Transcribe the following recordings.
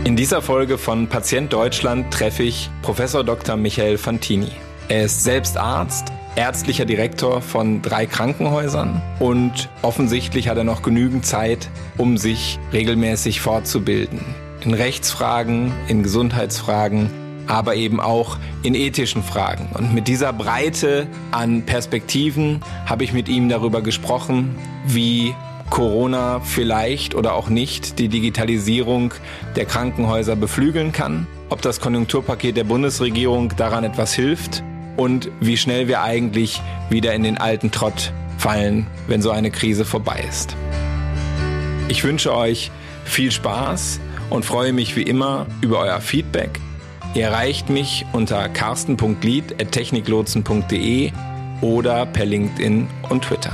In dieser Folge von Patient Deutschland treffe ich Professor Dr. Michael Fantini. Er ist selbst Arzt, ärztlicher Direktor von 3 Krankenhäusern und offensichtlich hat er noch genügend Zeit, um sich regelmäßig fortzubilden. In Rechtsfragen, in Gesundheitsfragen, aber eben auch in ethischen Fragen. Und mit dieser Breite an Perspektiven habe ich mit ihm darüber gesprochen, wie Corona vielleicht oder auch nicht die Digitalisierung der Krankenhäuser beflügeln kann, ob das Konjunkturpaket der Bundesregierung daran etwas hilft und wie schnell wir eigentlich wieder in den alten Trott fallen, wenn so eine Krise vorbei ist. Ich wünsche euch viel Spaß und freue mich wie immer über euer Feedback. Ihr erreicht mich unter carsten.lied@techniklotsen.de oder per LinkedIn und Twitter.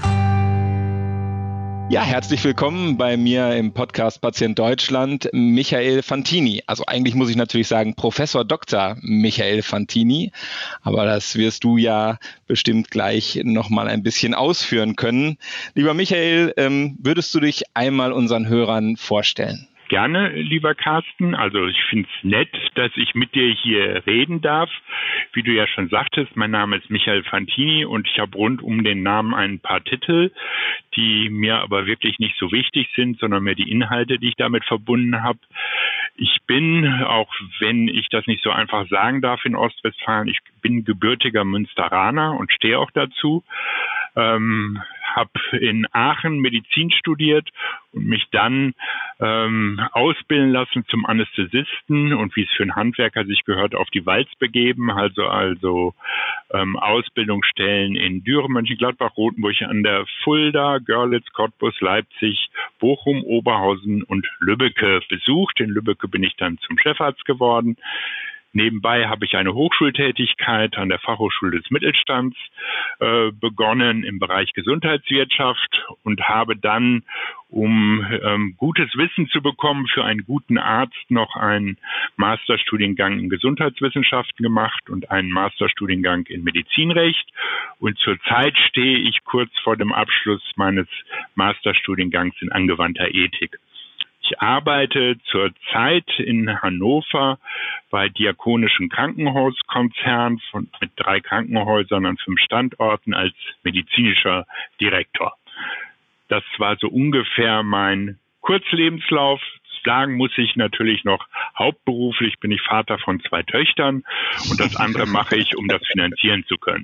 Ja, herzlich willkommen bei mir im Podcast Patient Deutschland, Michael Fantini. Also eigentlich muss ich natürlich sagen Professor Dr. Michael Fantini, aber das wirst du ja bestimmt gleich nochmal ein bisschen ausführen können. Lieber Michael, würdest du dich einmal unseren Hörern vorstellen? Gerne, lieber Carsten. Also ich finde es nett, dass ich mit dir hier reden darf. Wie du ja schon sagtest, mein Name ist Michael Fantini und ich habe rund um den Namen ein paar Titel, die mir aber wirklich nicht so wichtig sind, sondern mehr die Inhalte, die ich damit verbunden habe. Ich bin, auch wenn ich das nicht so einfach sagen darf in Ostwestfalen, ich bin gebürtiger Münsteraner und stehe auch dazu. Habe in Aachen Medizin studiert und mich dann ausbilden lassen zum Anästhesisten und wie es für einen Handwerker sich gehört, auf die Walz begeben, also Ausbildungsstellen in Düren, Mönchengladbach, Rothenburg an der Fulda, Görlitz, Cottbus, Leipzig, Bochum, Oberhausen und Lübbecke besucht. In Lübbecke bin ich dann zum Chefarzt geworden. Nebenbei habe ich eine Hochschultätigkeit an der Fachhochschule des Mittelstands begonnen im Bereich Gesundheitswirtschaft und habe dann, um gutes Wissen zu bekommen, für einen guten Arzt noch einen Masterstudiengang in Gesundheitswissenschaften gemacht und einen Masterstudiengang in Medizinrecht. Und zurzeit stehe ich kurz vor dem Abschluss meines Masterstudiengangs in angewandter Ethik. Ich arbeite zurzeit in Hannover bei Diakonischen Krankenhauskonzern mit 3 Krankenhäusern an 5 Standorten als medizinischer Direktor. Das war so ungefähr mein Kurzlebenslauf. Sagen muss ich natürlich noch, hauptberuflich bin ich Vater von 2 Töchtern und das andere mache ich, um das finanzieren zu können.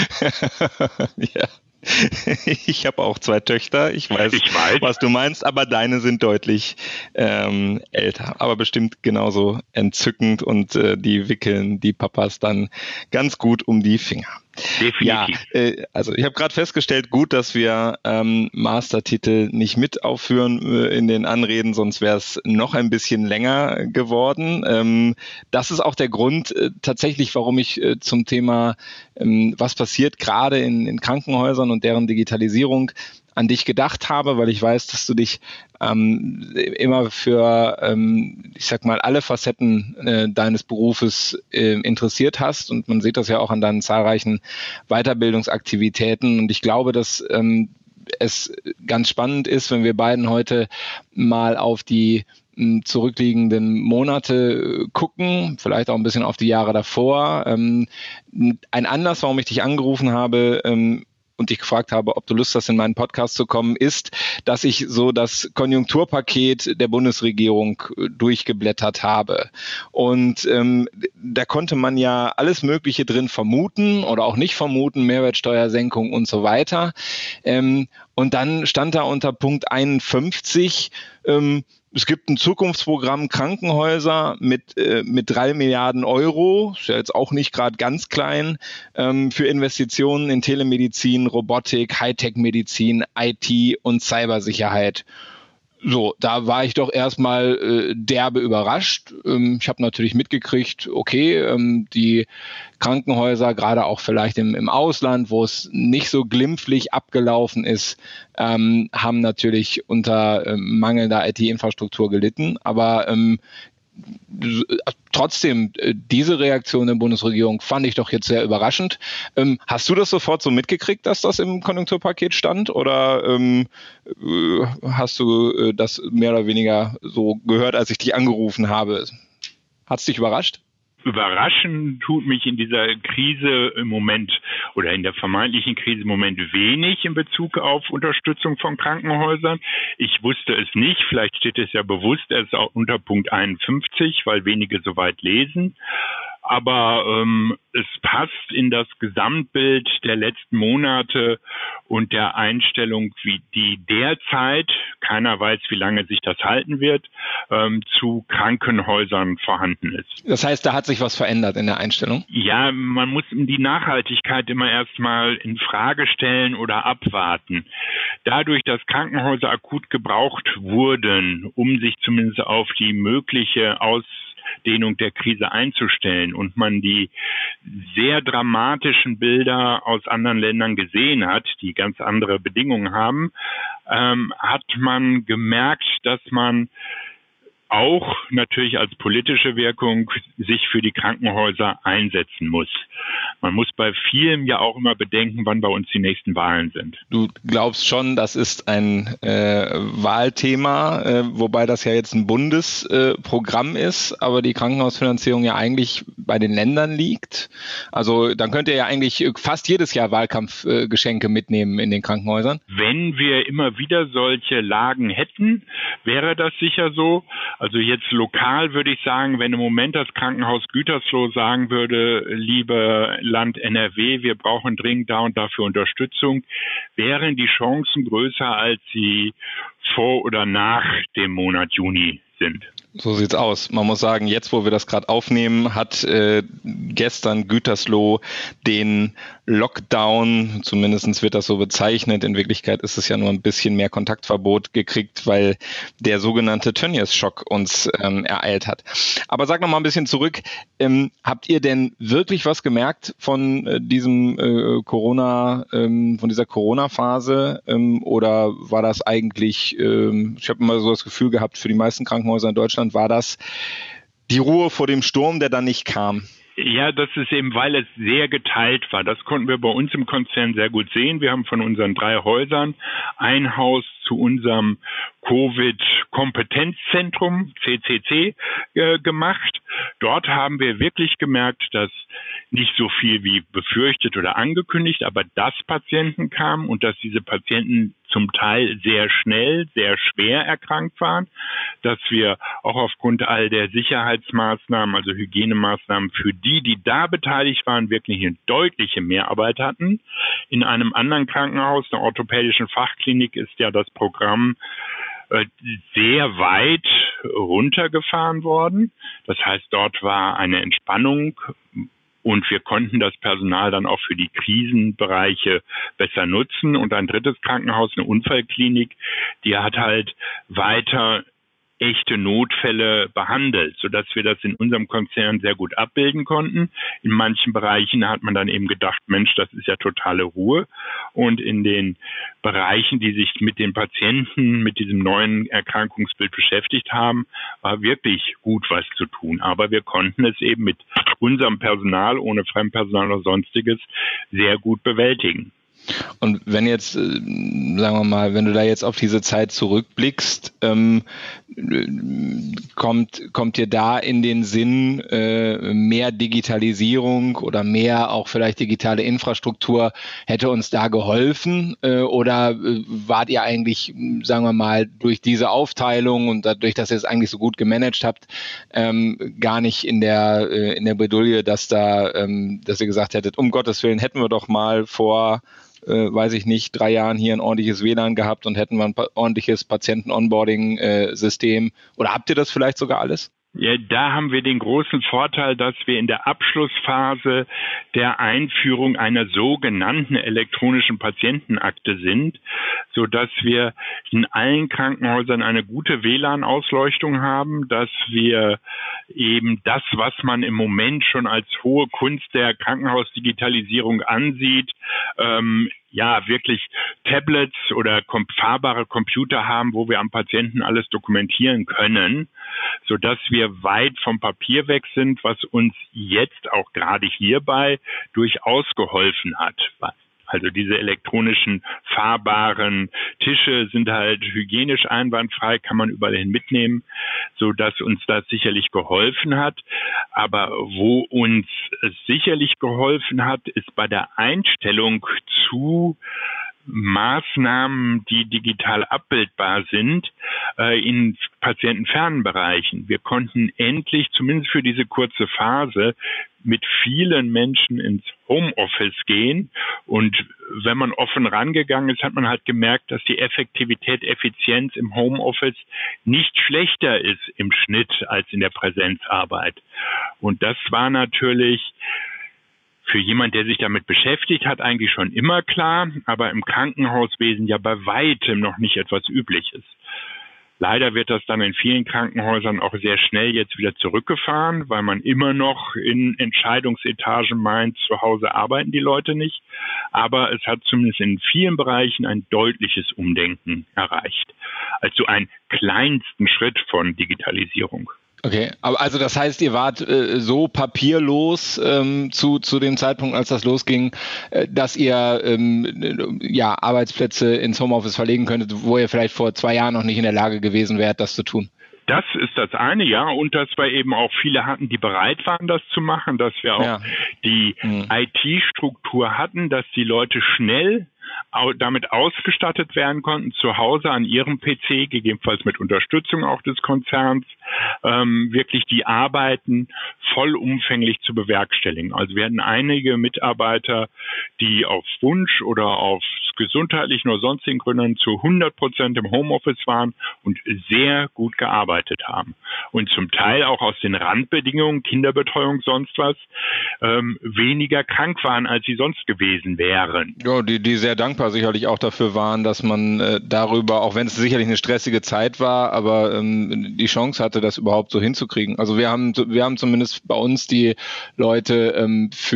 Ja. Ich habe auch 2 Töchter, ich weiß, was du meinst, aber deine sind deutlich älter, aber bestimmt genauso entzückend und die wickeln die Papas dann ganz gut um die Finger. Definitiv. Ja, also ich habe gerade festgestellt, gut, dass wir Mastertitel nicht mit aufführen in den Anreden, sonst wäre es noch ein bisschen länger geworden. Das ist auch der Grund tatsächlich, warum ich zum Thema, was passiert gerade in Krankenhäusern und deren Digitalisierung, an dich gedacht habe, weil ich weiß, dass du dich immer für, ich sag mal, alle Facetten deines Berufes interessiert hast und man sieht das ja auch an deinen zahlreichen Weiterbildungsaktivitäten und ich glaube, dass es ganz spannend ist, wenn wir beiden heute mal auf die zurückliegenden Monate gucken, vielleicht auch ein bisschen auf die Jahre davor. Ein Anlass, warum ich dich angerufen habe, und dich gefragt habe, ob du Lust hast, in meinen Podcast zu kommen, ist, dass ich so das Konjunkturpaket der Bundesregierung durchgeblättert habe. Und da konnte man ja alles Mögliche drin vermuten oder auch nicht vermuten, Mehrwertsteuersenkung und so weiter. Und dann stand da unter Punkt 51, es gibt ein Zukunftsprogramm Krankenhäuser mit 3 Milliarden Euro, ist ja jetzt auch nicht gerade ganz klein, für Investitionen in Telemedizin, Robotik, Hightech-Medizin, IT und Cybersicherheit. So, da war ich doch erstmal derbe überrascht. Ich habe natürlich mitgekriegt, okay, die Krankenhäuser, gerade auch vielleicht im Ausland, wo es nicht so glimpflich abgelaufen ist, haben natürlich unter mangelnder IT-Infrastruktur gelitten. Aber Trotzdem, diese Reaktion der Bundesregierung fand ich doch jetzt sehr überraschend. Hast du das sofort so mitgekriegt, dass das im Konjunkturpaket stand? Oder hast du das mehr oder weniger so gehört, als ich dich angerufen habe? Hat es dich überrascht? Überraschen tut mich in dieser Krise im Moment oder in der vermeintlichen Krise im Moment wenig in Bezug auf Unterstützung von Krankenhäusern. Ich wusste es nicht, vielleicht steht es ja bewusst erst auch unter Punkt 51, weil wenige soweit lesen. Aber es passt in das Gesamtbild der letzten Monate und der Einstellung, wie die derzeit, keiner weiß, wie lange sich das halten wird, zu Krankenhäusern vorhanden ist. Das heißt, da hat sich was verändert in der Einstellung? Ja, man muss die Nachhaltigkeit immer erstmal in Frage stellen oder abwarten. Dadurch, dass Krankenhäuser akut gebraucht wurden, um sich zumindest auf die mögliche Ausdehnung der Krise einzustellen und man die sehr dramatischen Bilder aus anderen Ländern gesehen hat, die ganz andere Bedingungen haben, hat man gemerkt, dass man auch natürlich als politische Wirkung sich für die Krankenhäuser einsetzen muss. Man muss bei vielem ja auch immer bedenken, wann bei uns die nächsten Wahlen sind. Du glaubst schon, das ist ein Wahlthema, wobei das ja jetzt ein Bundesprogramm ist, aber die Krankenhausfinanzierung ja eigentlich bei den Ländern liegt. Also dann könnt ihr ja eigentlich fast jedes Jahr Wahlkampfgeschenke mitnehmen in den Krankenhäusern. Wenn wir immer wieder solche Lagen hätten, wäre das sicher so. Also jetzt lokal würde ich sagen, wenn im Moment das Krankenhaus Gütersloh sagen würde, liebe Land NRW, wir brauchen dringend da und dafür Unterstützung, wären die Chancen größer, als sie vor oder nach dem Monat Juni sind. So sieht's aus. Man muss sagen, jetzt, wo wir das gerade aufnehmen, hat gestern Gütersloh den Lockdown, zumindest wird das so bezeichnet, in Wirklichkeit ist es ja nur ein bisschen mehr Kontaktverbot gekriegt, weil der sogenannte Tönnies-Schock uns ereilt hat. Aber sag noch mal ein bisschen zurück, habt ihr denn wirklich was gemerkt von diesem von dieser Corona-Phase oder war das eigentlich, ich habe immer so das Gefühl gehabt, für die meisten Krankenhäuser in Deutschland war das die Ruhe vor dem Sturm, der dann nicht kam? Ja, das ist eben, weil es sehr geteilt war. Das konnten wir bei uns im Konzern sehr gut sehen. Wir haben von unseren 3 Häusern ein Haus zu unserem Covid-Kompetenzzentrum, CCC, gemacht. Dort haben wir wirklich gemerkt, dass nicht so viel wie befürchtet oder angekündigt, aber dass Patienten kamen und dass diese Patienten zum Teil sehr schnell, sehr schwer erkrankt waren, dass wir auch aufgrund all der Sicherheitsmaßnahmen, also Hygienemaßnahmen für die da beteiligt waren, wirklich eine deutliche Mehrarbeit hatten. In einem anderen Krankenhaus, der orthopädischen Fachklinik, ist ja das Programm sehr weit runtergefahren worden. Das heißt, dort war eine Entspannung und wir konnten das Personal dann auch für die Krisenbereiche besser nutzen. Und ein drittes Krankenhaus, eine Unfallklinik, die hat halt weiter echte Notfälle behandelt, sodass wir das in unserem Konzern sehr gut abbilden konnten. In manchen Bereichen hat man dann eben gedacht, Mensch, das ist ja totale Ruhe. Und in den Bereichen, die sich mit den Patienten, mit diesem neuen Erkrankungsbild beschäftigt haben, war wirklich gut was zu tun. Aber wir konnten es eben mit unserem Personal, ohne Fremdpersonal oder Sonstiges, sehr gut bewältigen. Und wenn jetzt, sagen wir mal, wenn du da jetzt auf diese Zeit zurückblickst, kommt dir da in den Sinn, mehr Digitalisierung oder mehr auch vielleicht digitale Infrastruktur hätte uns da geholfen? Oder wart ihr eigentlich, sagen wir mal, durch diese Aufteilung und dadurch, dass ihr es eigentlich so gut gemanagt habt, gar nicht in der Bredouille, dass ihr gesagt hättet, um Gottes Willen, hätten wir doch mal vor weiß ich nicht, 3 Jahren hier ein ordentliches WLAN gehabt und hätten wir ein ordentliches Patienten-Onboarding-System. Oder habt ihr das vielleicht sogar alles? Ja, da haben wir den großen Vorteil, dass wir in der Abschlussphase der Einführung einer sogenannten elektronischen Patientenakte sind, so dass wir in allen Krankenhäusern eine gute WLAN-Ausleuchtung haben, dass wir eben das, was man im Moment schon als hohe Kunst der Krankenhausdigitalisierung ansieht, ja wirklich Tablets oder fahrbare Computer haben, wo wir am Patienten alles dokumentieren können, sodass wir weit vom Papier weg sind, was uns jetzt auch gerade hierbei durchaus geholfen hat. Also diese elektronischen fahrbaren Tische sind halt hygienisch einwandfrei, kann man überall hin mitnehmen, so dass uns das sicherlich geholfen hat. Aber wo uns es sicherlich geholfen hat, ist bei der Einstellung zu Maßnahmen, die digital abbildbar sind, in patientenfernen Bereichen. Wir konnten endlich, zumindest für diese kurze Phase, mit vielen Menschen ins Homeoffice gehen. Und wenn man offen rangegangen ist, hat man halt gemerkt, dass die Effektivität, Effizienz im Homeoffice nicht schlechter ist im Schnitt als in der Präsenzarbeit. Und das war natürlich für jemand, der sich damit beschäftigt hat, eigentlich schon immer klar, aber im Krankenhauswesen ja bei weitem noch nicht etwas Übliches. Leider wird das dann in vielen Krankenhäusern auch sehr schnell jetzt wieder zurückgefahren, weil man immer noch in Entscheidungsetagen meint, zu Hause arbeiten die Leute nicht. Aber es hat zumindest in vielen Bereichen ein deutliches Umdenken erreicht. Also einen kleinsten Schritt von Digitalisierung. Okay, aber also das heißt, ihr wart so papierlos zu dem Zeitpunkt, als das losging, dass ihr Arbeitsplätze ins Homeoffice verlegen könntet, wo ihr vielleicht vor 2 Jahren noch nicht in der Lage gewesen wärt, das zu tun. Das ist das eine, ja, und dass wir eben auch viele hatten, die bereit waren, das zu machen, dass wir auch die IT-Struktur hatten, dass die Leute schnell damit ausgestattet werden konnten, zu Hause an ihrem PC, gegebenenfalls mit Unterstützung auch des Konzerns, wirklich die Arbeiten vollumfänglich zu bewerkstelligen. Also wir hatten einige Mitarbeiter, die auf Wunsch oder aus gesundheitlichen oder sonstigen Gründen zu 100% im Homeoffice waren und sehr gut gearbeitet haben. Und zum Teil auch aus den Randbedingungen, Kinderbetreuung, sonst was, weniger krank waren, als sie sonst gewesen wären. Ja, die sehr dankbar sicherlich auch dafür waren, dass man darüber, auch wenn es sicherlich eine stressige Zeit war, aber die Chance hatte, das überhaupt so hinzukriegen. Also wir haben zumindest bei uns die Leute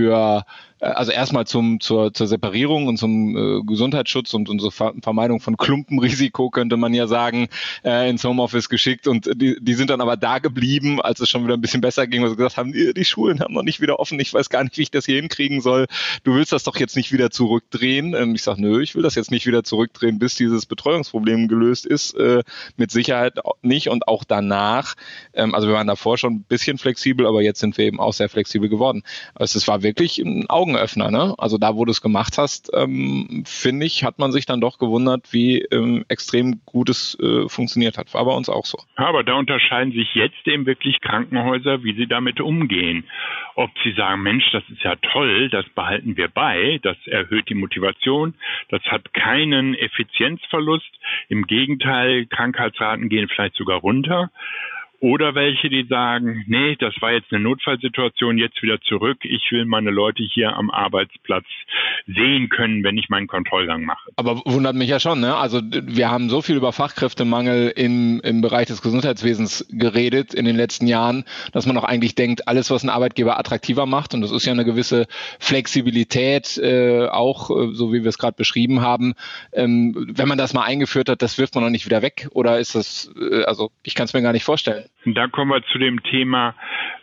also erstmal zur Separierung und zum Gesundheitsschutz und zur Vermeidung von Klumpenrisiko, könnte man ja sagen, ins Homeoffice geschickt, und die sind dann aber da geblieben, als es schon wieder ein bisschen besser ging, weil sie gesagt haben, die Schulen haben noch nicht wieder offen, ich weiß gar nicht, wie ich das hier hinkriegen soll, du willst das doch jetzt nicht wieder zurückdrehen. Ich sage, nö, ich will das jetzt nicht wieder zurückdrehen, bis dieses Betreuungsproblem gelöst ist, mit Sicherheit nicht, und auch danach, also wir waren davor schon ein bisschen flexibel, aber jetzt sind wir eben auch sehr flexibel geworden. Also es war wirklich ein Augenöffner, ne? Also da, wo du es gemacht hast, finde ich, hat man sich dann doch gewundert, wie extrem gut es funktioniert hat. War bei uns auch so. Aber da unterscheiden sich jetzt eben wirklich Krankenhäuser, wie sie damit umgehen. Ob sie sagen, Mensch, das ist ja toll, das behalten wir bei, das erhöht die Motivation, das hat keinen Effizienzverlust. Im Gegenteil, Krankheitsraten gehen vielleicht sogar runter. Oder welche, die sagen, nee, das war jetzt eine Notfallsituation, jetzt wieder zurück. Ich will meine Leute hier am Arbeitsplatz sehen können, wenn ich meinen Kontrollgang mache. Aber wundert mich ja schon, ne? Also wir haben so viel über Fachkräftemangel im Bereich des Gesundheitswesens geredet in den letzten Jahren, dass man auch eigentlich denkt, alles, was einen Arbeitgeber attraktiver macht, und das ist ja eine gewisse Flexibilität, auch so wie wir es gerade beschrieben haben, wenn man das mal eingeführt hat, das wirft man noch nicht wieder weg, oder ist das, also ich kann es mir gar nicht vorstellen. Da kommen wir zu dem Thema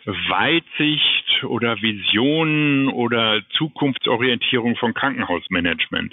Weitsicht oder Visionen oder Zukunftsorientierung von Krankenhausmanagement.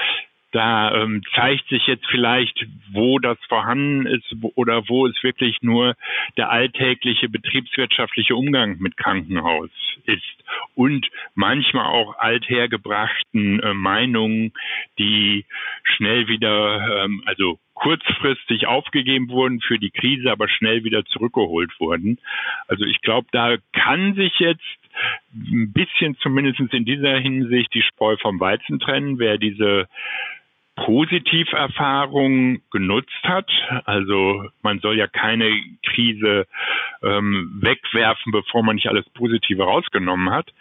Da zeigt sich jetzt vielleicht, wo das vorhanden ist oder wo es wirklich nur der alltägliche betriebswirtschaftliche Umgang mit Krankenhaus ist und manchmal auch althergebrachten Meinungen, die schnell wieder, also kurzfristig aufgegeben wurden für die Krise, aber schnell wieder zurückgeholt wurden. Also ich glaube, da kann sich jetzt ein bisschen zumindest in dieser Hinsicht die Spreu vom Weizen trennen, wer diese Positiverfahrung genutzt hat. Also man soll ja keine Krise wegwerfen, bevor man nicht alles Positive rausgenommen hat.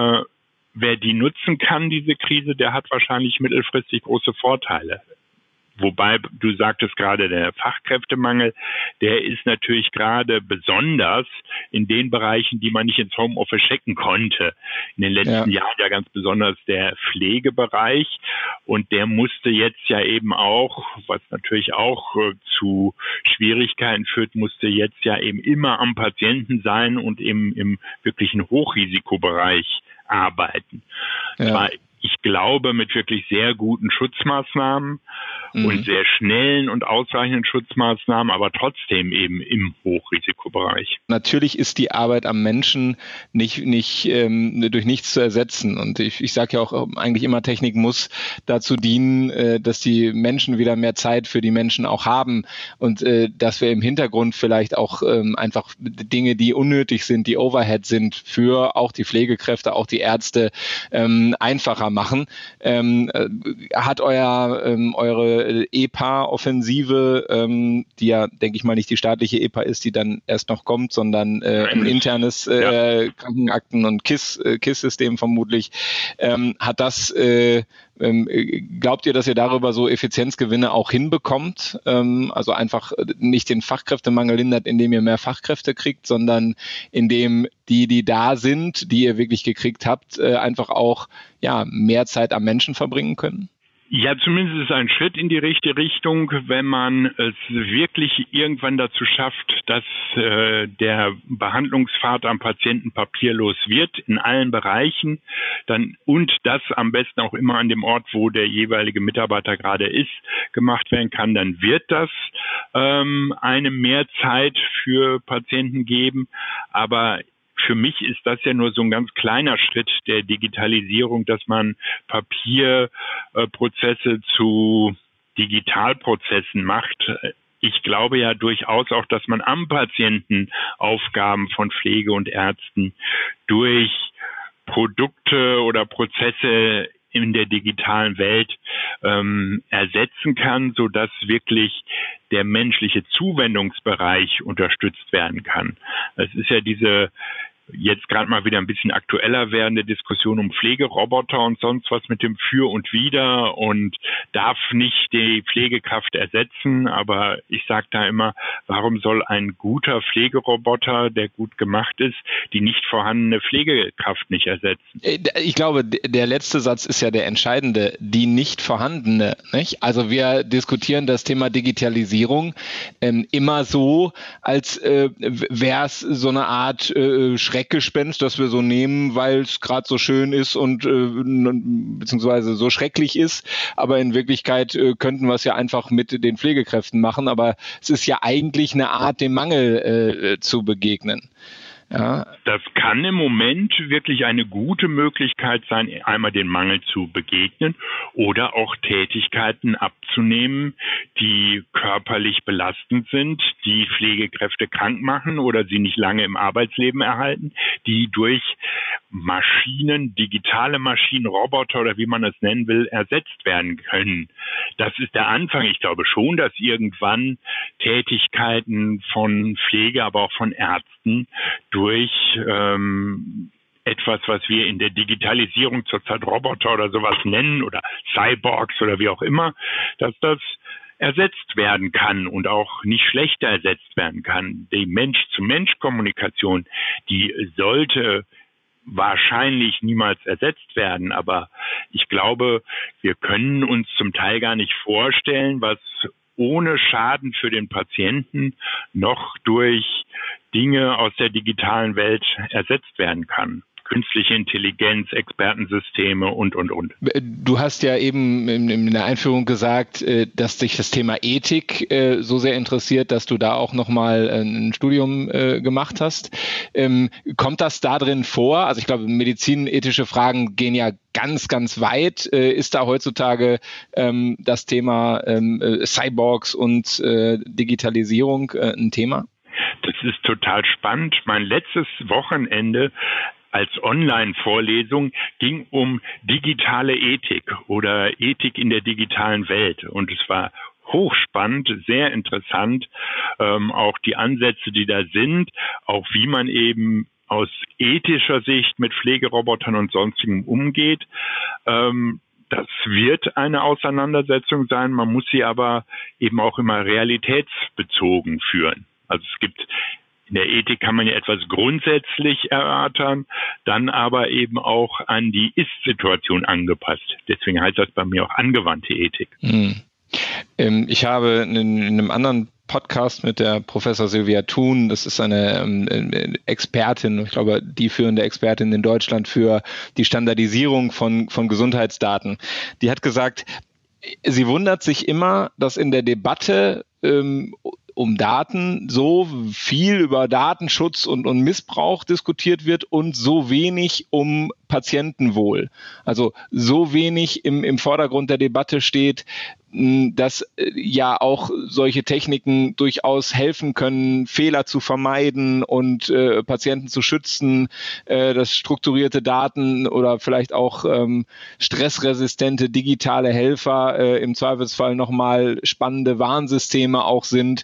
Wer die nutzen kann, diese Krise, der hat wahrscheinlich mittelfristig große Vorteile. Wobei du sagtest gerade, der Fachkräftemangel, der ist natürlich gerade besonders in den Bereichen, die man nicht ins Homeoffice schicken konnte. In den letzten Jahren ja ganz besonders der Pflegebereich. Und der musste jetzt ja eben auch, was natürlich auch zu Schwierigkeiten führt, musste jetzt ja eben immer am Patienten sein und im wirklichen Hochrisikobereich arbeiten. Zwar, ich glaube, mit wirklich sehr guten Schutzmaßnahmen und sehr schnellen und ausreichenden Schutzmaßnahmen, aber trotzdem eben im Hochrisikobereich. Natürlich ist die Arbeit am Menschen nicht durch nichts zu ersetzen. Und ich sage ja auch eigentlich immer, Technik muss dazu dienen, dass die Menschen wieder mehr Zeit für die Menschen auch haben und dass wir im Hintergrund vielleicht auch einfach Dinge, die unnötig sind, die Overhead sind, für auch die Pflegekräfte, auch die Ärzte einfacher machen. Hat eure EPA-Offensive, die ja, denke ich mal, nicht die staatliche EPA ist, die dann erst noch kommt, sondern ein internes Krankenakten- und KISS-System vermutlich, hat das, glaubt ihr, dass ihr darüber so Effizienzgewinne auch hinbekommt? Also einfach nicht den Fachkräftemangel hindert, indem ihr mehr Fachkräfte kriegt, sondern indem die da sind, die ihr wirklich gekriegt habt, einfach auch mehr Zeit am Menschen verbringen können? Ja, zumindest ist es ein Schritt in die richtige Richtung, wenn man es wirklich irgendwann dazu schafft, dass der Behandlungspfad am Patienten papierlos wird in allen Bereichen, dann und das am besten auch immer an dem Ort, wo der jeweilige Mitarbeiter gerade ist, gemacht werden kann, dann wird das eine Mehrzeit für Patienten geben, aber für mich ist das ja nur so ein ganz kleiner Schritt der Digitalisierung, dass man Papierprozesse zu Digitalprozessen macht. Ich glaube ja durchaus auch, dass man am Patienten Aufgaben von Pflege und Ärzten durch Produkte oder Prozesse in der digitalen Welt ersetzen kann, sodass wirklich der menschliche Zuwendungsbereich unterstützt werden kann. Es ist ja diese jetzt gerade mal wieder ein bisschen aktueller werdende Diskussion um Pflegeroboter und sonst was mit dem Für und Wider und darf nicht die Pflegekraft ersetzen, aber ich sage da immer, warum soll ein guter Pflegeroboter, der gut gemacht ist, die nicht vorhandene Pflegekraft nicht ersetzen? Ich glaube, der letzte Satz ist ja der entscheidende, die nicht vorhandene, nicht? Also wir diskutieren das Thema Digitalisierung immer so, als wäre es so eine Art Schreckgespenst, das wir so nehmen, weil es gerade so schön ist und beziehungsweise so schrecklich ist. Aber in Wirklichkeit könnten wir es ja einfach mit den Pflegekräften machen. Aber es ist ja eigentlich eine Art, dem Mangel zu begegnen. Ja. Das kann im Moment wirklich eine gute Möglichkeit sein, einmal den Mangel zu begegnen oder auch Tätigkeiten abzunehmen, die körperlich belastend sind, die Pflegekräfte krank machen oder sie nicht lange im Arbeitsleben erhalten, die durch Maschinen, digitale Maschinen, Roboter oder wie man es nennen will, ersetzt werden können. Das ist der Anfang. Ich glaube schon, dass irgendwann Tätigkeiten von Pflege, aber auch von Ärzten durch etwas, was wir in der Digitalisierung zurzeit Roboter oder sowas nennen oder Cyborgs oder wie auch immer, dass das ersetzt werden kann und auch nicht schlechter ersetzt werden kann. Die Mensch-zu-Mensch-Kommunikation, die sollte wahrscheinlich niemals ersetzt werden, aber ich glaube, wir können uns zum Teil gar nicht vorstellen, was ohne Schaden für den Patienten noch durch Dinge aus der digitalen Welt ersetzt werden kann. Künstliche Intelligenz, Expertensysteme und. Du hast ja eben in der Einführung gesagt, dass dich das Thema Ethik so sehr interessiert, dass du da auch nochmal ein Studium gemacht hast. Kommt das da drin vor? Also ich glaube, medizinethische Fragen gehen ja ganz, ganz weit. Ist da heutzutage das Thema Cyborgs und Digitalisierung ein Thema? Das ist total spannend. Mein letztes Wochenende als Online-Vorlesung ging um digitale Ethik oder Ethik in der digitalen Welt. Und es war hochspannend, sehr interessant, auch die Ansätze, die da sind, auch wie man eben aus ethischer Sicht mit Pflegerobotern und sonstigem umgeht. Das wird eine Auseinandersetzung sein, man muss sie aber eben auch immer realitätsbezogen führen. Also es gibt in der Ethik kann man ja etwas grundsätzlich erörtern, dann aber eben auch an die Ist-Situation angepasst. Deswegen heißt das bei mir auch angewandte Ethik. Ich habe in einem anderen Podcast mit der Professor Silvia Thun, das ist eine Expertin, ich glaube, die führende Expertin in Deutschland für die Standardisierung von Gesundheitsdaten. Die hat gesagt, sie wundert sich immer, dass in der Debatte um Daten so viel über Datenschutz und Missbrauch diskutiert wird und so wenig um Patientenwohl. Also so wenig im Vordergrund der Debatte steht, dass ja auch solche Techniken durchaus helfen können, Fehler zu vermeiden und Patienten zu schützen, dass strukturierte Daten oder vielleicht auch stressresistente digitale Helfer im Zweifelsfall nochmal spannende Warnsysteme auch sind.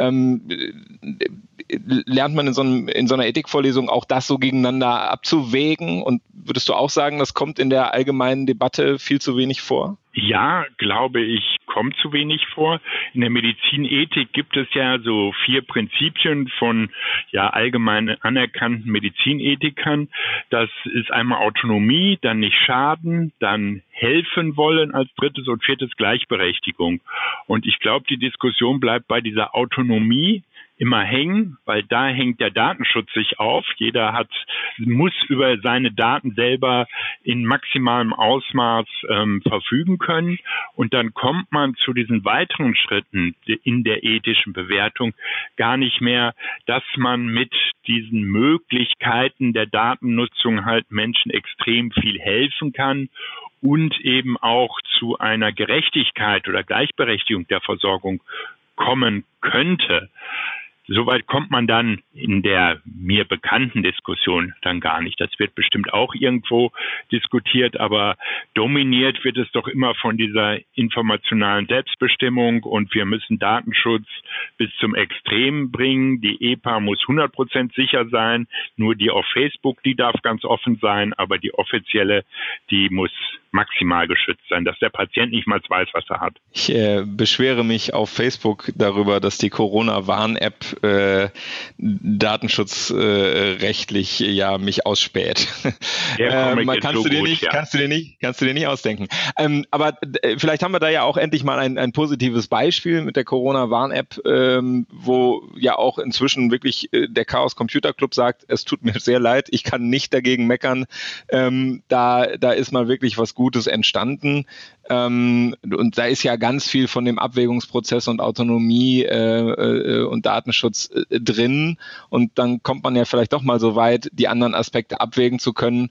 Lernt man in so einer Ethikvorlesung auch das so gegeneinander abzuwägen? Und würdest du auch sagen, das kommt in der allgemeinen Debatte viel zu wenig vor? Ja, glaube ich, kommt zu wenig vor. In der Medizinethik gibt es ja so 4 Prinzipien von allgemein anerkannten Medizinethikern. Das ist einmal Autonomie, dann nicht schaden, dann helfen wollen als 3. und 4. Gleichberechtigung. Und ich glaube, die Diskussion bleibt bei dieser Autonomie immer hängen, weil da hängt der Datenschutz sich auf. Jeder muss über seine Daten selber in maximalem Ausmaß verfügen können. Und dann kommt man zu diesen weiteren Schritten in der ethischen Bewertung gar nicht mehr, dass man mit diesen Möglichkeiten der Datennutzung halt Menschen extrem viel helfen kann und eben auch zu einer Gerechtigkeit oder Gleichberechtigung der Versorgung kommen könnte. Soweit kommt man dann in der mir bekannten Diskussion dann gar nicht. Das wird bestimmt auch irgendwo diskutiert, aber dominiert wird es doch immer von dieser informationalen Selbstbestimmung und wir müssen Datenschutz bis zum Extrem bringen. Die EPA muss 100% sicher sein. Nur die auf Facebook, die darf ganz offen sein, aber die offizielle, die muss maximal geschützt sein, dass der Patient nicht mal weiß, was er hat. Ich beschwere mich auf Facebook darüber, dass die Corona-Warn-App datenschutzrechtlich mich ausspäht. Kannst du dir nicht ausdenken. Aber vielleicht haben wir da ja auch endlich mal ein positives Beispiel mit der Corona-Warn-App, wo ja auch inzwischen wirklich der Chaos Computer Club sagt, es tut mir sehr leid, ich kann nicht dagegen meckern. Da ist mal wirklich was Gutes entstanden. Und da ist ja ganz viel von dem Abwägungsprozess und Autonomie und Datenschutz drin. Und dann kommt man ja vielleicht doch mal so weit, die anderen Aspekte abwägen zu können.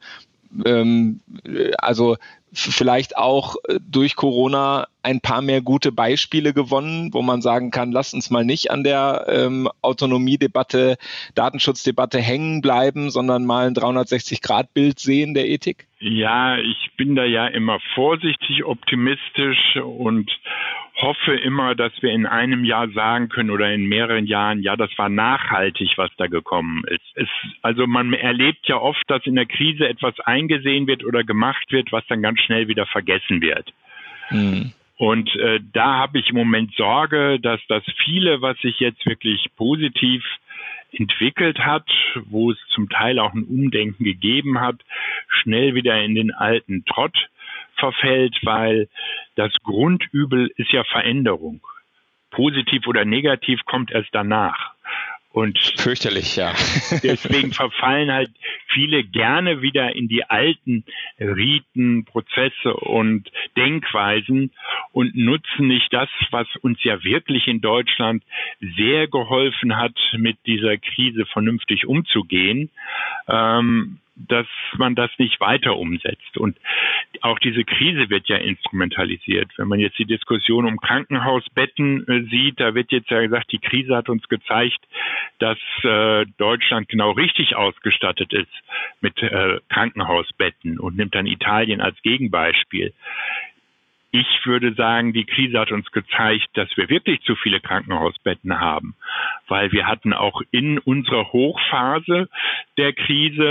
Also vielleicht auch durch Corona ein paar mehr gute Beispiele gewonnen, wo man sagen kann, lasst uns mal nicht an der Autonomiedebatte, Datenschutzdebatte hängen bleiben, sondern mal ein 360-Grad-Bild sehen der Ethik? Ja, ich bin da ja immer vorsichtig optimistisch und hoffe immer, dass wir in einem Jahr sagen können oder in mehreren Jahren, ja, das war nachhaltig, was da gekommen ist. Also man erlebt ja oft, dass in der Krise etwas eingesehen wird oder gemacht wird, was dann ganz schnell wieder vergessen wird. Und da habe ich im Moment Sorge, dass das viele, was sich jetzt wirklich positiv entwickelt hat, wo es zum Teil auch ein Umdenken gegeben hat, schnell wieder in den alten Trott verfällt, weil das Grundübel ist ja Veränderung. Positiv oder negativ kommt erst danach. Und fürchterlich, ja. Deswegen verfallen halt viele gerne wieder in die alten Riten, Prozesse und Denkweisen und nutzen nicht das, was uns ja wirklich in Deutschland sehr geholfen hat, mit dieser Krise vernünftig umzugehen, dass man das nicht weiter umsetzt. Und auch diese Krise wird ja instrumentalisiert. Wenn man jetzt die Diskussion um Krankenhausbetten sieht, da wird jetzt ja gesagt, die Krise hat uns gezeigt, dass Deutschland genau richtig ausgestattet ist mit Krankenhausbetten und nimmt dann Italien als Gegenbeispiel. Ich würde sagen, die Krise hat uns gezeigt, dass wir wirklich zu viele Krankenhausbetten haben, weil wir hatten auch in unserer Hochphase der Krise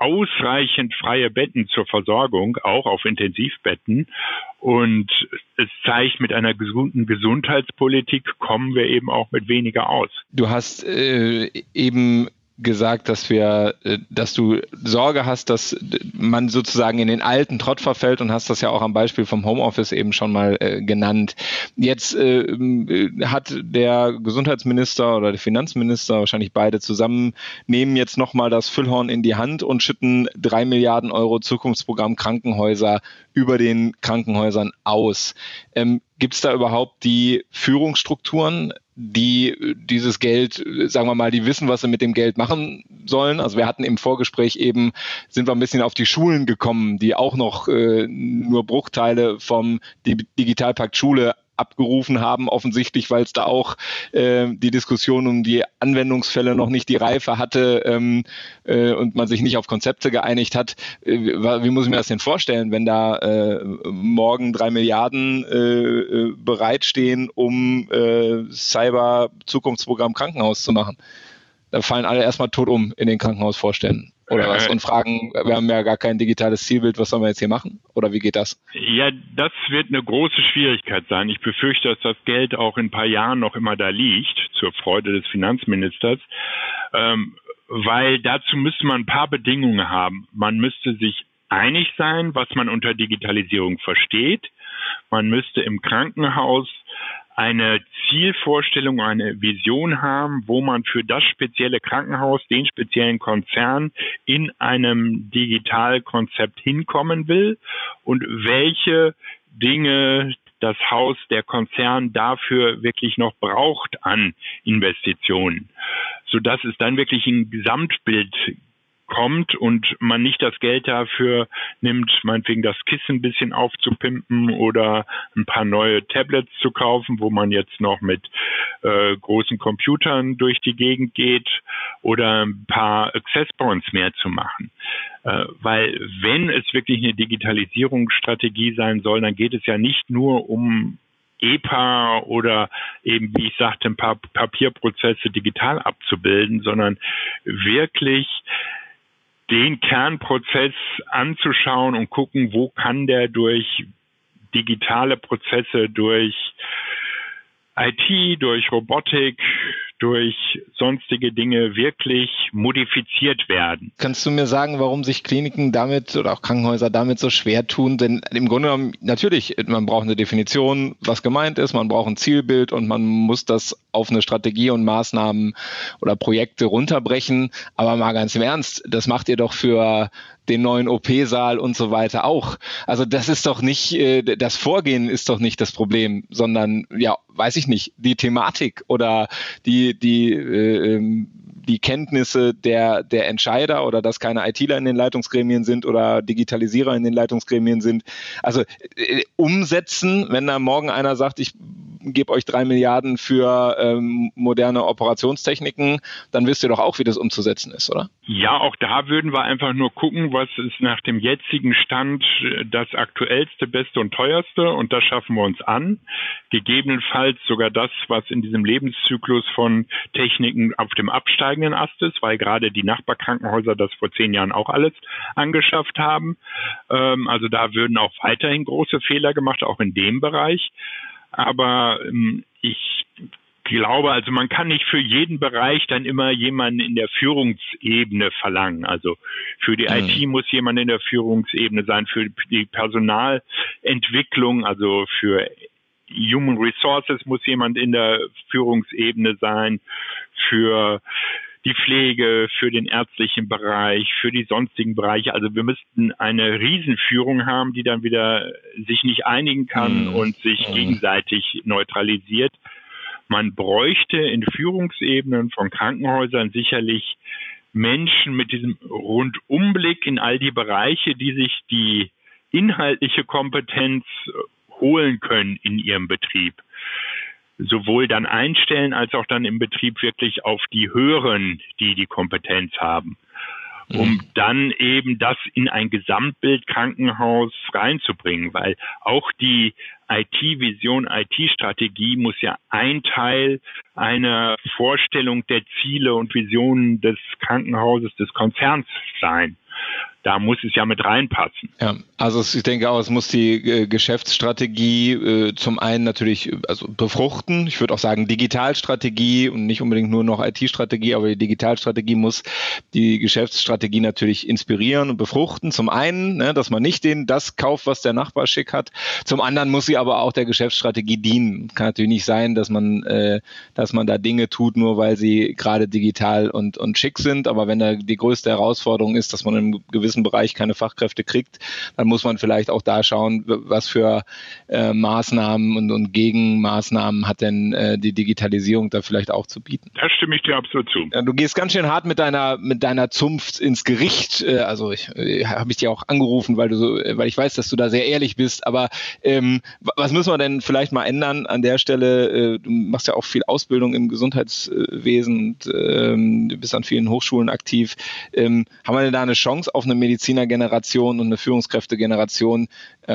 ausreichend freie Betten zur Versorgung, auch auf Intensivbetten. Und es zeigt, mit einer gesunden Gesundheitspolitik kommen wir eben auch mit weniger aus. Du hast eben gesagt, dass du Sorge hast, dass man sozusagen in den alten Trott verfällt, und hast das ja auch am Beispiel vom Homeoffice eben schon mal genannt. Jetzt hat der Gesundheitsminister oder der Finanzminister, wahrscheinlich beide zusammen, nehmen jetzt nochmal das Füllhorn in die Hand und schütten 3 Milliarden Euro Zukunftsprogramm Krankenhäuser über den Krankenhäusern aus. Gibt es da überhaupt die Führungsstrukturen, die dieses Geld, sagen wir mal, die wissen, was sie mit dem Geld machen sollen? Also wir hatten im Vorgespräch eben, sind wir ein bisschen auf die Schulen gekommen, die auch noch nur Bruchteile vom Digitalpakt Schule abgerufen haben, offensichtlich, weil es da auch die Diskussion um die Anwendungsfälle noch nicht die Reife hatte und man sich nicht auf Konzepte geeinigt hat. Wie muss ich mir das denn vorstellen, wenn da morgen 3 Milliarden bereitstehen, um Cyber-Zukunftsprogramm Krankenhaus zu machen? Da fallen alle erstmal tot um in den Krankenhausvorständen. Oder was? Und fragen, wir haben ja gar kein digitales Zielbild, was sollen wir jetzt hier machen? Oder wie geht das? Ja, das wird eine große Schwierigkeit sein. Ich befürchte, dass das Geld auch in ein paar Jahren noch immer da liegt, zur Freude des Finanzministers, weil dazu müsste man ein paar Bedingungen haben. Man müsste sich einig sein, was man unter Digitalisierung versteht. Man müsste im Krankenhaus eine Zielvorstellung, eine Vision haben, wo man für das spezielle Krankenhaus, den speziellen Konzern in einem Digitalkonzept hinkommen will und welche Dinge das Haus, der Konzern dafür wirklich noch braucht an Investitionen, sodass es dann wirklich ein Gesamtbild kommt und man nicht das Geld dafür nimmt, meinetwegen das Kissen ein bisschen aufzupimpen oder ein paar neue Tablets zu kaufen, wo man jetzt noch mit großen Computern durch die Gegend geht, oder ein paar Access Points mehr zu machen. Weil wenn es wirklich eine Digitalisierungsstrategie sein soll, dann geht es ja nicht nur um EPA oder eben, wie ich sagte, ein paar Papierprozesse digital abzubilden, sondern wirklich den Kernprozess anzuschauen und gucken, wo kann der durch digitale Prozesse, durch IT, durch Robotik, durch sonstige Dinge wirklich modifiziert werden. Kannst du mir sagen, warum sich Kliniken damit oder auch Krankenhäuser damit so schwer tun? Denn im Grunde genommen, natürlich, man braucht eine Definition, was gemeint ist, man braucht ein Zielbild und man muss das auf eine Strategie und Maßnahmen oder Projekte runterbrechen. Aber mal ganz im Ernst, das macht ihr doch für den neuen OP-Saal und so weiter auch. Also das ist doch nicht, das Vorgehen ist doch nicht das Problem, sondern, ja, weiß ich nicht, die Thematik oder die Kenntnisse der Entscheider oder dass keine ITler in den Leitungsgremien sind oder Digitalisierer in den Leitungsgremien sind. Also umsetzen, wenn da morgen einer sagt, ich gebe euch 3 Milliarden für moderne Operationstechniken, dann wisst ihr doch auch, wie das umzusetzen ist, oder? Ja, auch da würden wir einfach nur gucken, was ist nach dem jetzigen Stand das aktuellste, beste und teuerste, und das schaffen wir uns an. Gegebenenfalls sogar das, was in diesem Lebenszyklus von Techniken auf dem absteigenden Ast ist, weil gerade die Nachbarkrankenhäuser das vor 10 Jahren auch alles angeschafft haben. Also da würden auch weiterhin große Fehler gemacht, auch in dem Bereich. Aber ich glaube, also man kann nicht für jeden Bereich dann immer jemanden in der Führungsebene verlangen. Also für die IT muss jemand in der Führungsebene sein, für die Personalentwicklung, also für Human Resources muss jemand in der Führungsebene sein, für die Pflege, für den ärztlichen Bereich, für die sonstigen Bereiche. Also wir müssten eine Riesenführung haben, die dann wieder sich nicht einigen kann und sich gegenseitig neutralisiert. Man bräuchte in Führungsebenen von Krankenhäusern sicherlich Menschen mit diesem Rundumblick in all die Bereiche, die sich die inhaltliche Kompetenz holen können in ihrem Betrieb. Sowohl dann einstellen, als auch dann im Betrieb wirklich auf die hören, die die Kompetenz haben, um dann eben das in ein Gesamtbild Krankenhaus reinzubringen, weil auch die IT-Vision, IT-Strategie muss ja ein Teil einer Vorstellung der Ziele und Visionen des Krankenhauses, des Konzerns sein. da muss es ja mit reinpassen. Ja, also ich denke auch, es muss die Geschäftsstrategie zum einen natürlich befruchten. Ich würde auch sagen Digitalstrategie und nicht unbedingt nur noch IT-Strategie, aber die Digitalstrategie muss die Geschäftsstrategie natürlich inspirieren und befruchten. Zum einen, ne, dass man nicht das kauft, was der Nachbar schick hat. Zum anderen muss sie aber auch der Geschäftsstrategie dienen. Kann natürlich nicht sein, dass man da Dinge tut, nur weil sie gerade digital und schick sind. Aber wenn da die größte Herausforderung ist, dass man in einem gewissen Bereich keine Fachkräfte kriegt, dann muss man vielleicht auch da schauen, was für Maßnahmen und Gegenmaßnahmen hat denn die Digitalisierung da vielleicht auch zu bieten. Da stimme ich dir absolut zu. Ja, du gehst ganz schön hart mit deiner Zunft ins Gericht. Also habe ich dir auch angerufen, weil ich weiß, dass du da sehr ehrlich bist. Aber was müssen wir denn vielleicht mal ändern an der Stelle? Du machst ja auch viel Ausbildung im Gesundheitswesen und du bist an vielen Hochschulen aktiv. Haben wir denn da eine Chance auf eine Medizinergeneration und eine Führungskräftegeneration,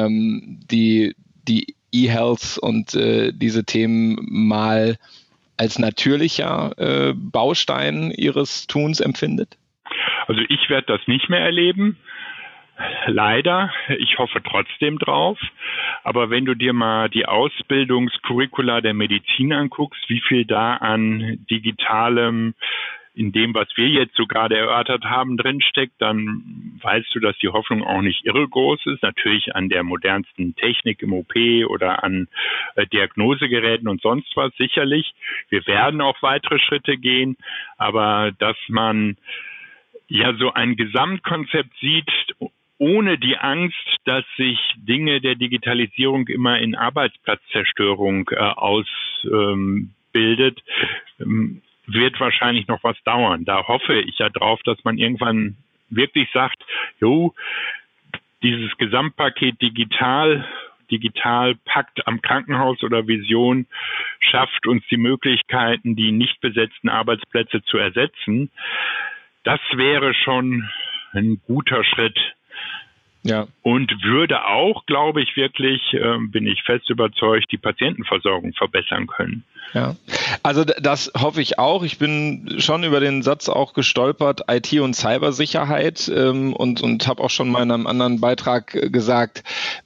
die E-Health und diese Themen mal als natürlicher Baustein ihres Tuns empfindet? Also ich werde das nicht mehr erleben. Leider. Ich hoffe trotzdem drauf. Aber wenn du dir mal die Ausbildungscurricula der Medizin anguckst, wie viel da an digitalem in dem, was wir jetzt so gerade erörtert haben, drinsteckt, dann weißt du, dass die Hoffnung auch nicht irre groß ist. Natürlich an der modernsten Technik im OP oder an Diagnosegeräten und sonst was sicherlich. Wir werden auch weitere Schritte gehen, aber dass man ja so ein Gesamtkonzept sieht, ohne die Angst, dass sich Dinge der Digitalisierung immer in Arbeitsplatzzerstörung ausbildet, wird wahrscheinlich noch was dauern. Da hoffe ich ja drauf, dass man irgendwann wirklich sagt, dieses Gesamtpaket Digitalpakt am Krankenhaus oder Vision schafft uns die Möglichkeiten, die nicht besetzten Arbeitsplätze zu ersetzen. Das wäre schon ein guter Schritt. Ja. Und würde auch, glaube ich, wirklich, bin ich fest überzeugt, die Patientenversorgung verbessern können. Ja, also das hoffe ich auch. Ich bin schon über den Satz auch gestolpert, IT und Cybersicherheit, und habe auch schon mal in einem anderen Beitrag gesagt,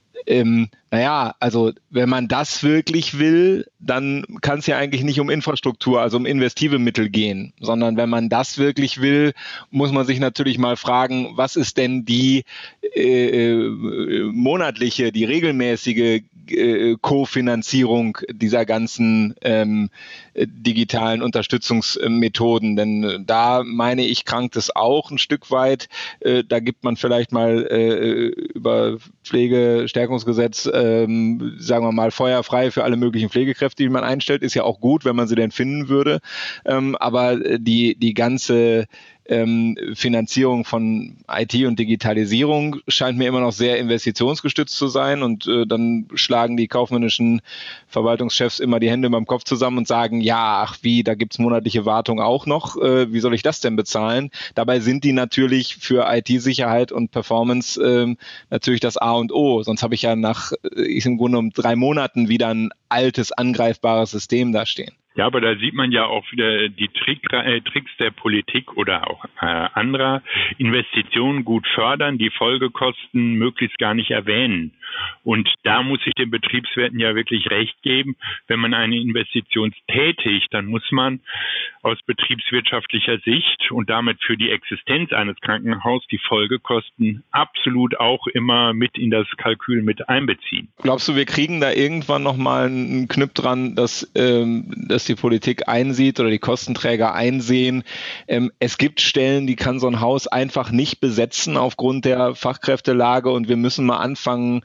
also wenn man das wirklich will, dann kann es ja eigentlich nicht um Infrastruktur, also um investive Mittel gehen, sondern wenn man das wirklich will, muss man sich natürlich mal fragen, was ist denn die monatliche, die regelmäßige Kofinanzierung dieser ganzen digitalen Unterstützungsmethoden, denn da meine ich, krankt es auch ein Stück weit. Da gibt man vielleicht mal über Pflegestärkungsgesetz, sagen wir mal, feuerfrei für alle möglichen Pflegekräfte, die man einstellt, ist ja auch gut, wenn man sie denn finden würde. Aber die ganze Finanzierung von IT und Digitalisierung scheint mir immer noch sehr investitionsgestützt zu sein und dann schlagen die kaufmännischen Verwaltungschefs immer die Hände beim Kopf zusammen und sagen, da gibt's monatliche Wartung auch noch, wie soll ich das denn bezahlen? Dabei sind die natürlich für IT-Sicherheit und Performance natürlich das A und O, sonst habe ich ja im Grunde um 3 Monaten wieder ein altes, angreifbares System da stehen. Ja, aber da sieht man ja auch wieder die Tricks der Politik oder auch anderer. Investitionen gut fördern, die Folgekosten möglichst gar nicht erwähnen. Und da muss ich den Betriebswirten ja wirklich recht geben. Wenn man eine Investition tätigt, dann muss man aus betriebswirtschaftlicher Sicht und damit für die Existenz eines Krankenhauses die Folgekosten absolut auch immer mit in das Kalkül mit einbeziehen. Glaubst du, wir kriegen da irgendwann nochmal einen Knüpp dran, dass die Politik einsieht oder die Kostenträger einsehen, es gibt Stellen, die kann so ein Haus einfach nicht besetzen aufgrund der Fachkräftelage und wir müssen mal anfangen,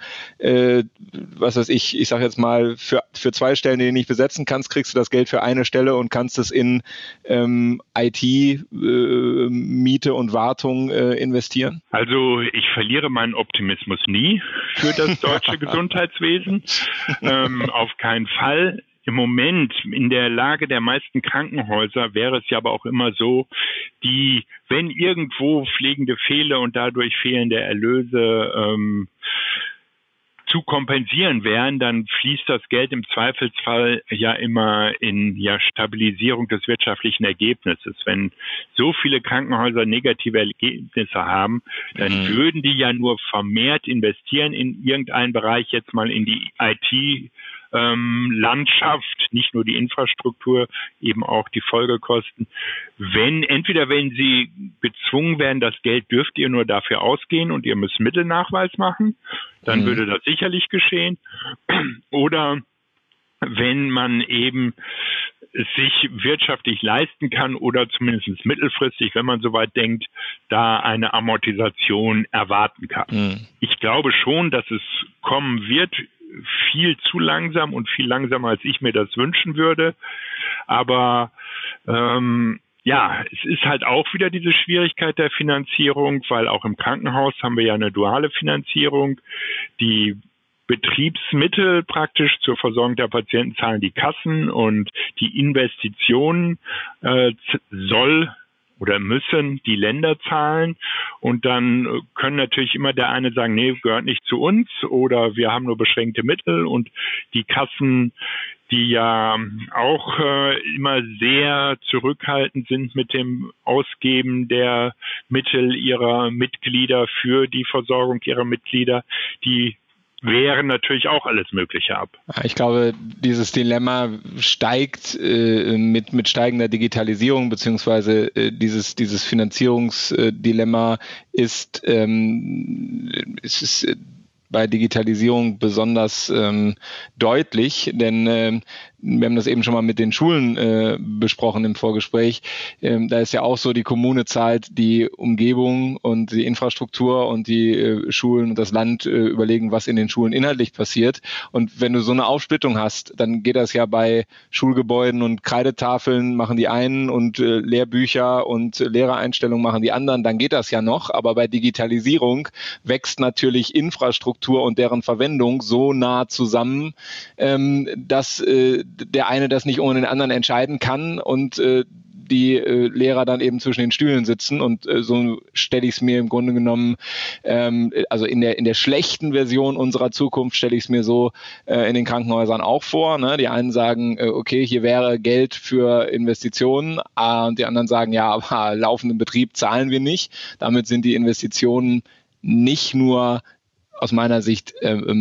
ich sage jetzt mal, für 2 Stellen, die du nicht besetzen kannst, kriegst du das Geld für eine Stelle und kannst es in IT, Miete und Wartung investieren? Also ich verliere meinen Optimismus nie für das deutsche Gesundheitswesen. Auf keinen Fall. Im Moment in der Lage der meisten Krankenhäuser wäre es ja aber auch immer so, wenn irgendwo pflegende Fehler und dadurch fehlende Erlöse zu kompensieren wären, dann fließt das Geld im Zweifelsfall ja immer in Stabilisierung des wirtschaftlichen Ergebnisses. Wenn so viele Krankenhäuser negative Ergebnisse haben, dann würden die ja nur vermehrt investieren in irgendeinen Bereich, jetzt mal in die IT, Landschaft, nicht nur die Infrastruktur, eben auch die Folgekosten. Entweder wenn sie gezwungen werden, das Geld dürft ihr nur dafür ausgehen und ihr müsst Mittelnachweis machen, dann würde das sicherlich geschehen. Oder wenn man eben es sich wirtschaftlich leisten kann oder zumindest mittelfristig, wenn man soweit denkt, da eine Amortisation erwarten kann. Ich glaube schon, dass es kommen wird, viel zu langsam und viel langsamer, als ich mir das wünschen würde. Aber es ist halt auch wieder diese Schwierigkeit der Finanzierung, weil auch im Krankenhaus haben wir ja eine duale Finanzierung. Die Betriebsmittel praktisch zur Versorgung der Patienten zahlen die Kassen und die Investitionen müssen die Länder zahlen, und dann können natürlich immer der eine sagen, nee, gehört nicht zu uns, oder wir haben nur beschränkte Mittel, und die Kassen, die ja auch immer sehr zurückhaltend sind mit dem Ausgeben der Mittel ihrer Mitglieder für die Versorgung ihrer Mitglieder, die wehren natürlich auch alles Mögliche ab. Ich glaube, dieses Dilemma steigt mit steigender Digitalisierung, beziehungsweise dieses Finanzierungsdilemma ist bei Digitalisierung besonders deutlich, denn wir haben das eben schon mal mit den Schulen besprochen im Vorgespräch. Da ist ja auch so, die Kommune zahlt die Umgebung und die Infrastruktur, und die Schulen und das Land überlegen, was in den Schulen inhaltlich passiert. Und wenn du so eine Aufsplittung hast, dann geht das ja bei Schulgebäuden und Kreidetafeln machen die einen und Lehrbücher und Lehrereinstellungen machen die anderen, dann geht das ja noch. Aber bei Digitalisierung wächst natürlich Infrastruktur und deren Verwendung so nah zusammen, dass der eine das nicht ohne den anderen entscheiden kann und die Lehrer dann eben zwischen den Stühlen sitzen, und so stelle ich es mir im Grunde genommen, also in der schlechten Version unserer Zukunft stelle ich es mir so in den Krankenhäusern auch vor. Ne? Die einen sagen, okay, hier wäre Geld für Investitionen, und die anderen sagen, ja, aber laufenden Betrieb zahlen wir nicht. Damit sind die Investitionen nicht nur aus meiner Sicht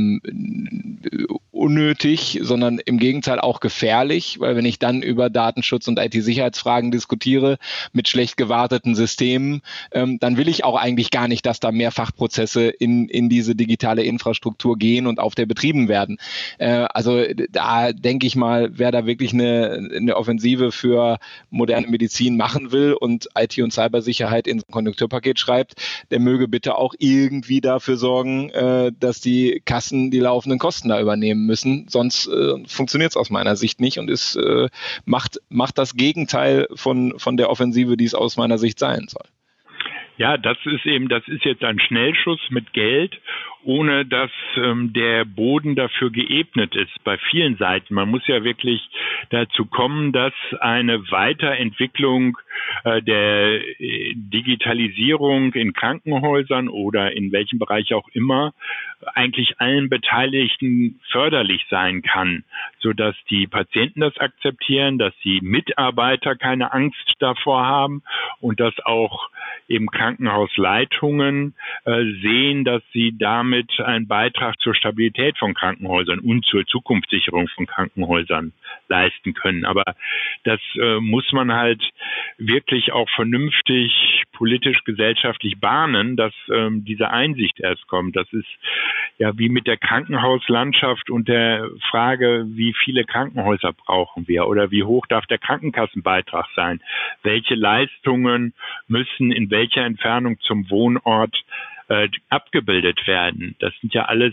unnötig, sondern im Gegenteil auch gefährlich, weil wenn ich dann über Datenschutz und IT-Sicherheitsfragen diskutiere mit schlecht gewarteten Systemen, dann will ich auch eigentlich gar nicht, dass da Mehrfachprozesse in diese digitale Infrastruktur gehen und auf der betrieben werden. Also da denke ich mal, wer da wirklich eine Offensive für moderne Medizin machen will und IT- und Cybersicherheit ins Konjunkturpaket schreibt, der möge bitte auch irgendwie dafür sorgen, dass die Kassen die laufenden Kosten da übernehmen müssen. Sonst funktioniert es aus meiner Sicht nicht und macht das Gegenteil von der Offensive, die es aus meiner Sicht sein soll. Ja, das ist jetzt ein Schnellschuss mit Geld, ohne dass der Boden dafür geebnet ist bei vielen Seiten. Man muss ja wirklich dazu kommen, dass eine Weiterentwicklung der Digitalisierung in Krankenhäusern oder in welchem Bereich auch immer eigentlich allen Beteiligten förderlich sein kann, sodass die Patienten das akzeptieren, dass die Mitarbeiter keine Angst davor haben und dass auch eben Krankenhausleitungen sehen, dass sie damit einen Beitrag zur Stabilität von Krankenhäusern und zur Zukunftssicherung von Krankenhäusern leisten können. Aber das muss man halt wirklich auch vernünftig politisch, gesellschaftlich bahnen, dass diese Einsicht erst kommt. Das ist ja wie mit der Krankenhauslandschaft und der Frage, wie viele Krankenhäuser brauchen wir oder wie hoch darf der Krankenkassenbeitrag sein? Welche Leistungen müssen in welcher Entfernung zum Wohnort abgebildet werden? Das sind ja alles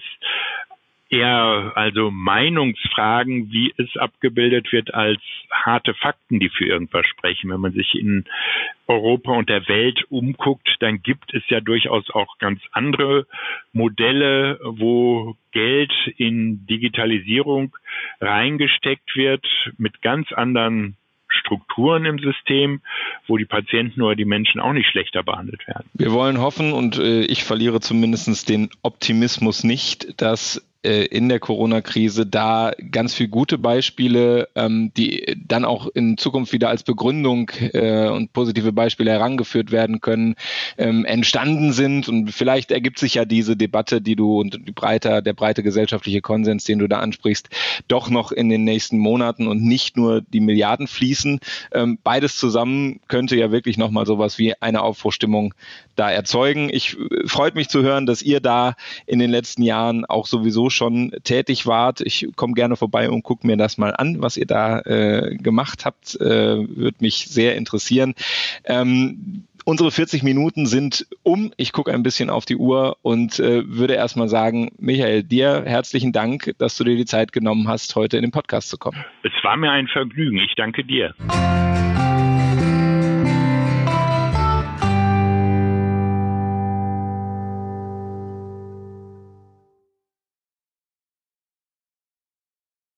eher also Meinungsfragen, wie es abgebildet wird, als harte Fakten, die für irgendwas sprechen. Wenn man sich in Europa und der Welt umguckt, dann gibt es ja durchaus auch ganz andere Modelle, wo Geld in Digitalisierung reingesteckt wird, mit ganz anderen Strukturen im System, wo die Patienten oder die Menschen auch nicht schlechter behandelt werden. Wir wollen hoffen, und ich verliere zumindest den Optimismus nicht, dass in der Corona-Krise da ganz viel gute Beispiele, die dann auch in Zukunft wieder als Begründung und positive Beispiele herangeführt werden können, entstanden sind. Und vielleicht ergibt sich ja diese Debatte, die du und der breite gesellschaftliche Konsens, den du da ansprichst, doch noch in den nächsten Monaten und nicht nur die Milliarden fließen. Beides zusammen könnte ja wirklich nochmal sowas wie eine Aufbruchstimmung da erzeugen. Ich freut mich zu hören, dass ihr da in den letzten Jahren auch sowieso schon tätig wart. Ich komme gerne vorbei und gucke mir das mal an, was ihr da gemacht habt. Würde mich sehr interessieren. Unsere 40 Minuten sind um. Ich gucke ein bisschen auf die Uhr und würde erstmal sagen, Michael, dir herzlichen Dank, dass du dir die Zeit genommen hast, heute in den Podcast zu kommen. Es war mir ein Vergnügen. Ich danke dir.